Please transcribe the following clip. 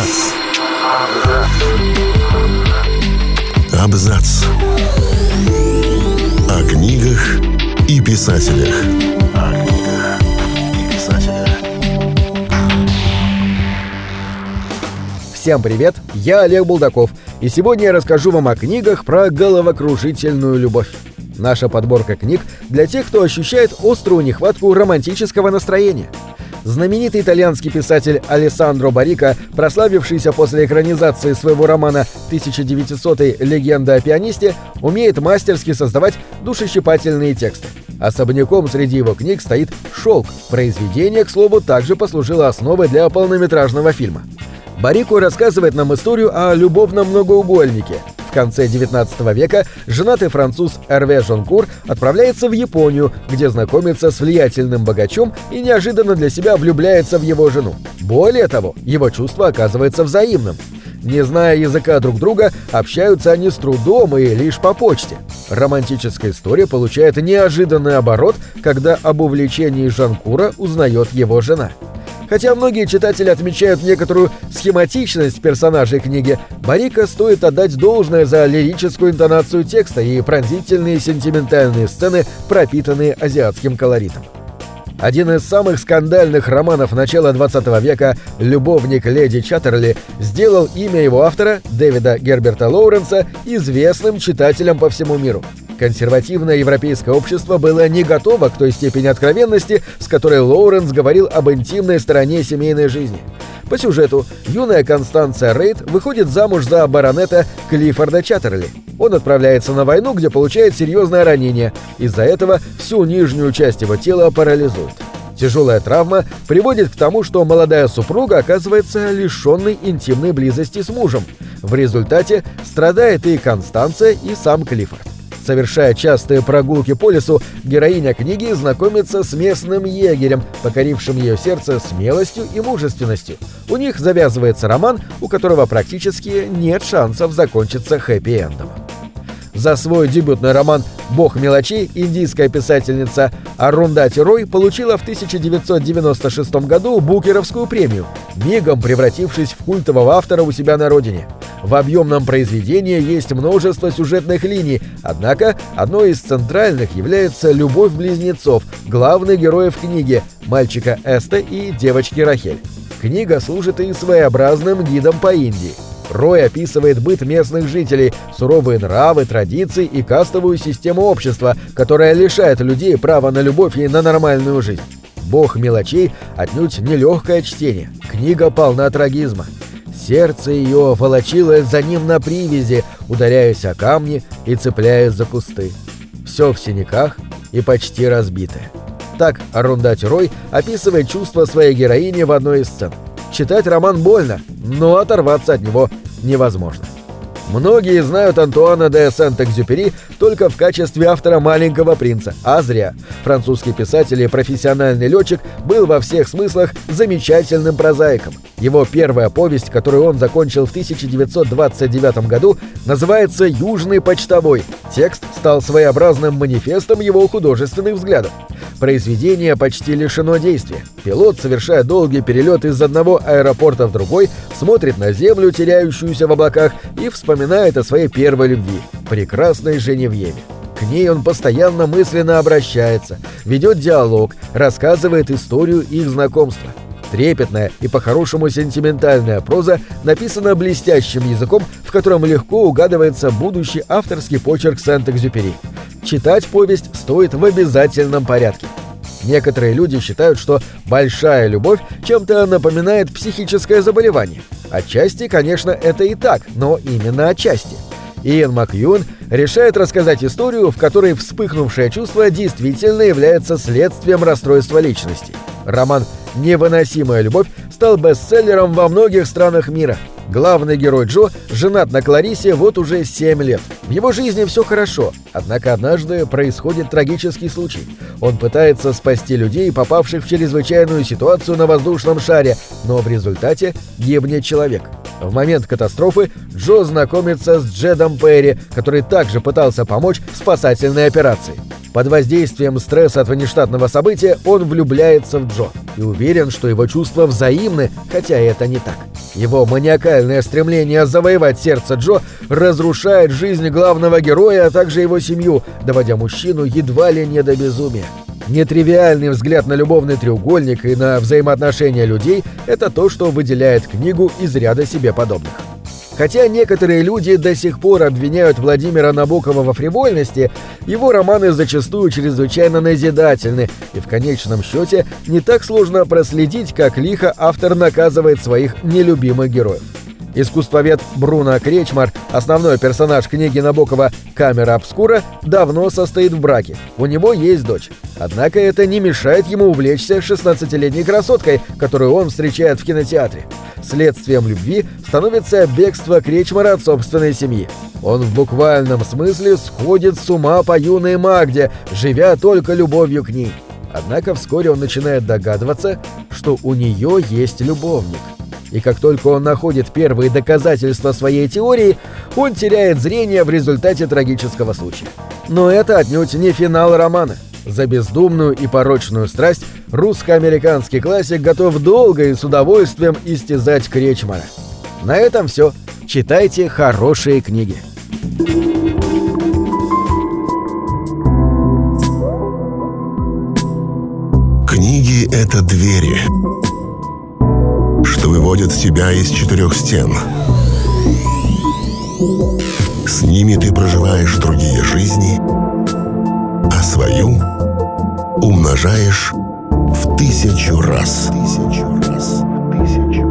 Абзац. Абзац. О книгах и писателях. Всем привет, я Олег Булдаков, и сегодня я расскажу вам о книгах про головокружительную любовь. Наша подборка книг для тех, кто ощущает острую нехватку романтического настроения. Знаменитый итальянский писатель Алессандро Барика, прославившийся после экранизации своего романа 1900-й «Легенда о пианисте», умеет мастерски создавать душещипательные тексты. Особняком среди его книг стоит «Шелк». Произведение, к слову, также послужило основой для полнометражного фильма. Барико рассказывает нам историю о любовном многоугольнике. В конце XIX века женатый француз Эрве Жонкур отправляется в Японию, где знакомится с влиятельным богачом и неожиданно для себя влюбляется в его жену. Более того, его чувство оказывается взаимным. Не зная языка друг друга, общаются они с трудом и лишь по почте. Романтическая история получает неожиданный оборот, когда об увлечении Жонкура узнает его жена. Хотя многие читатели отмечают некоторую схематичность персонажей книги, Барика стоит отдать должное за лирическую интонацию текста и пронзительные сентиментальные сцены, пропитанные азиатским колоритом. Один из самых скандальных романов начала XX века «Любовник леди Чаттерли» сделал имя его автора, Дэвида Герберта Лоуренса, известным читателям по всему миру. Консервативное европейское общество было не готово к той степени откровенности, с которой Лоуренс говорил об интимной стороне семейной жизни. По сюжету, юная Констанция Рейд выходит замуж за баронета Клиффорда Чаттерли. Он отправляется на войну, где получает серьезное ранение. Из-за этого всю нижнюю часть его тела парализует. Тяжелая травма приводит к тому, что молодая супруга оказывается лишенной интимной близости с мужем. В результате страдает и Констанция, и сам Клиффорд. Совершая частые прогулки по лесу, героиня книги знакомится с местным егерем, покорившим ее сердце смелостью и мужественностью. У них завязывается роман, у которого практически нет шансов закончиться хэппи-эндом. За свой дебютный роман «Бог мелочей» индийская писательница Арундхати Рой получила в 1996 году Букеровскую премию, мигом превратившись в культового автора у себя на родине. В объемном произведении есть множество сюжетных линий, однако одной из центральных является любовь близнецов, главных героев книги, мальчика Эста и девочки Рахель. Книга служит и своеобразным гидом по Индии. Рой описывает быт местных жителей, суровые нравы, традиции и кастовую систему общества, которая лишает людей права на любовь и на нормальную жизнь. «Бог мелочей» отнюдь нелегкое чтение. Книга полна трагизма. Сердце ее волочилось за ним на привязи, ударяясь о камни и цепляясь за кусты. Все в синяках и почти разбитое. Так Арундхати Рой описывает чувства своей героини в одной из сцен. Читать роман больно, но оторваться от него невозможно. Многие знают Антуана де Сент-Экзюпери только в качестве автора «Маленького принца», а зря. Французский писатель и профессиональный летчик был во всех смыслах замечательным прозаиком. Его первая повесть, которую он закончил в 1929 году, называется «Южный почтовой». Текст стал своеобразным манифестом его художественных взглядов. Произведение почти лишено действия. Пилот, совершая долгий перелет из одного аэропорта в другой, смотрит на землю, теряющуюся в облаках, и вспоминает о своей первой любви – прекрасной Женевьеве. К ней он постоянно мысленно обращается, ведет диалог, рассказывает историю их знакомства. Трепетная и по-хорошему сентиментальная проза написана блестящим языком, в котором легко угадывается будущий авторский почерк Сент-Экзюпери. Читать повесть стоит в обязательном порядке. Некоторые люди считают, что большая любовь чем-то напоминает психическое заболевание. Отчасти, конечно, это и так, но именно отчасти. Иэн Макьюэн решает рассказать историю, в которой вспыхнувшее чувство действительно является следствием расстройства личности. Роман «Невыносимая любовь» стал бестселлером во многих странах мира. Главный герой Джо женат на Кларисе вот уже 7 лет. В его жизни все хорошо, однако однажды происходит трагический случай. Он пытается спасти людей, попавших в чрезвычайную ситуацию на воздушном шаре, но в результате гибнет человек. В момент катастрофы Джо знакомится с Джедом Перри, который также пытался помочь в спасательной операции. Под воздействием стресса от внештатного события он влюбляется в Джо и уверен, что его чувства взаимны, хотя это не так. Его маниакальное стремление завоевать сердце Джо разрушает жизнь главного героя, а также его семью, доводя мужчину едва ли не до безумия. Нетривиальный взгляд на любовный треугольник и на взаимоотношения людей – это то, что выделяет книгу из ряда себе подобных. Хотя некоторые люди до сих пор обвиняют Владимира Набокова во фривольности, его романы зачастую чрезвычайно назидательны, и в конечном счете не так сложно проследить, как лихо автор наказывает своих нелюбимых героев. Искусствовед Бруно Кречмар, основной персонаж книги Набокова «Камера обскура», давно состоит в браке. У него есть дочь. Однако это не мешает ему увлечься 16-летней красоткой, которую он встречает в кинотеатре. Следствием любви становится бегство Кречмара от собственной семьи. Он в буквальном смысле сходит с ума по юной Магде, живя только любовью к ней. Однако вскоре он начинает догадываться, что у нее есть любовник. И как только он находит первые доказательства своей теории, он теряет зрение в результате трагического случая. Но это отнюдь не финал романа. За бездумную и порочную страсть русско-американский классик готов долго и с удовольствием истязать Кречмара. На этом все. Читайте хорошие книги. Книги — это двери, что выводят тебя из 4 стен. С ними ты проживаешь другие жизни, а свою умножаешь в 1000 раз. 1000 раз. 1000.